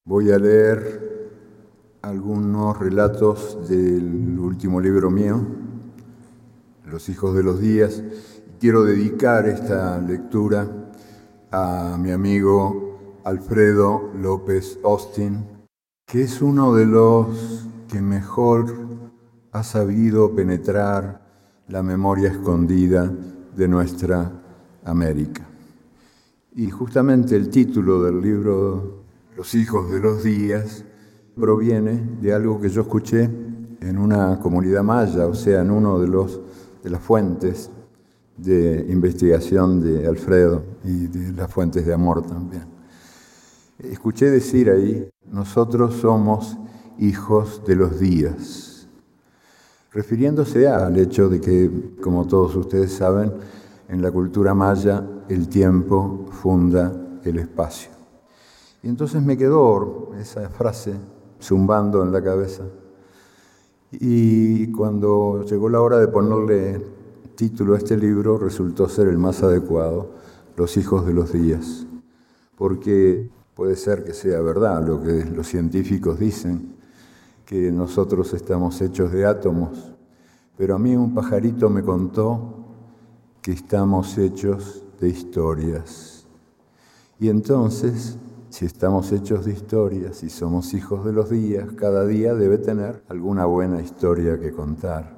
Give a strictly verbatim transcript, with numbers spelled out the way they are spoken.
Voy a leer algunos relatos del último libro mío, Los hijos de los días. Quiero dedicar esta lectura a mi amigo Alfredo López Austin, que es uno de los que mejor ha sabido penetrar la memoria escondida de nuestra América. Y justamente el título del libro Los hijos de los días proviene de algo que yo escuché en una comunidad maya, o sea, en uno de los de las fuentes de investigación de Alfredo y de las fuentes de amor también. Escuché decir ahí: nosotros somos hijos de los días, refiriéndose al hecho de que, como todos ustedes saben, en la cultura maya el tiempo funda el espacio. Y entonces me quedó esa frase zumbando en la cabeza. Y cuando llegó la hora de ponerle título a este libro, resultó ser el más adecuado: Los hijos de los días. Porque puede ser que sea verdad lo que los científicos dicen, que nosotros estamos hechos de átomos, pero a mí un pajarito me contó que estamos hechos de historias. Y entonces, si estamos hechos de historias y somos hijos de los días, cada día debe tener alguna buena historia que contar.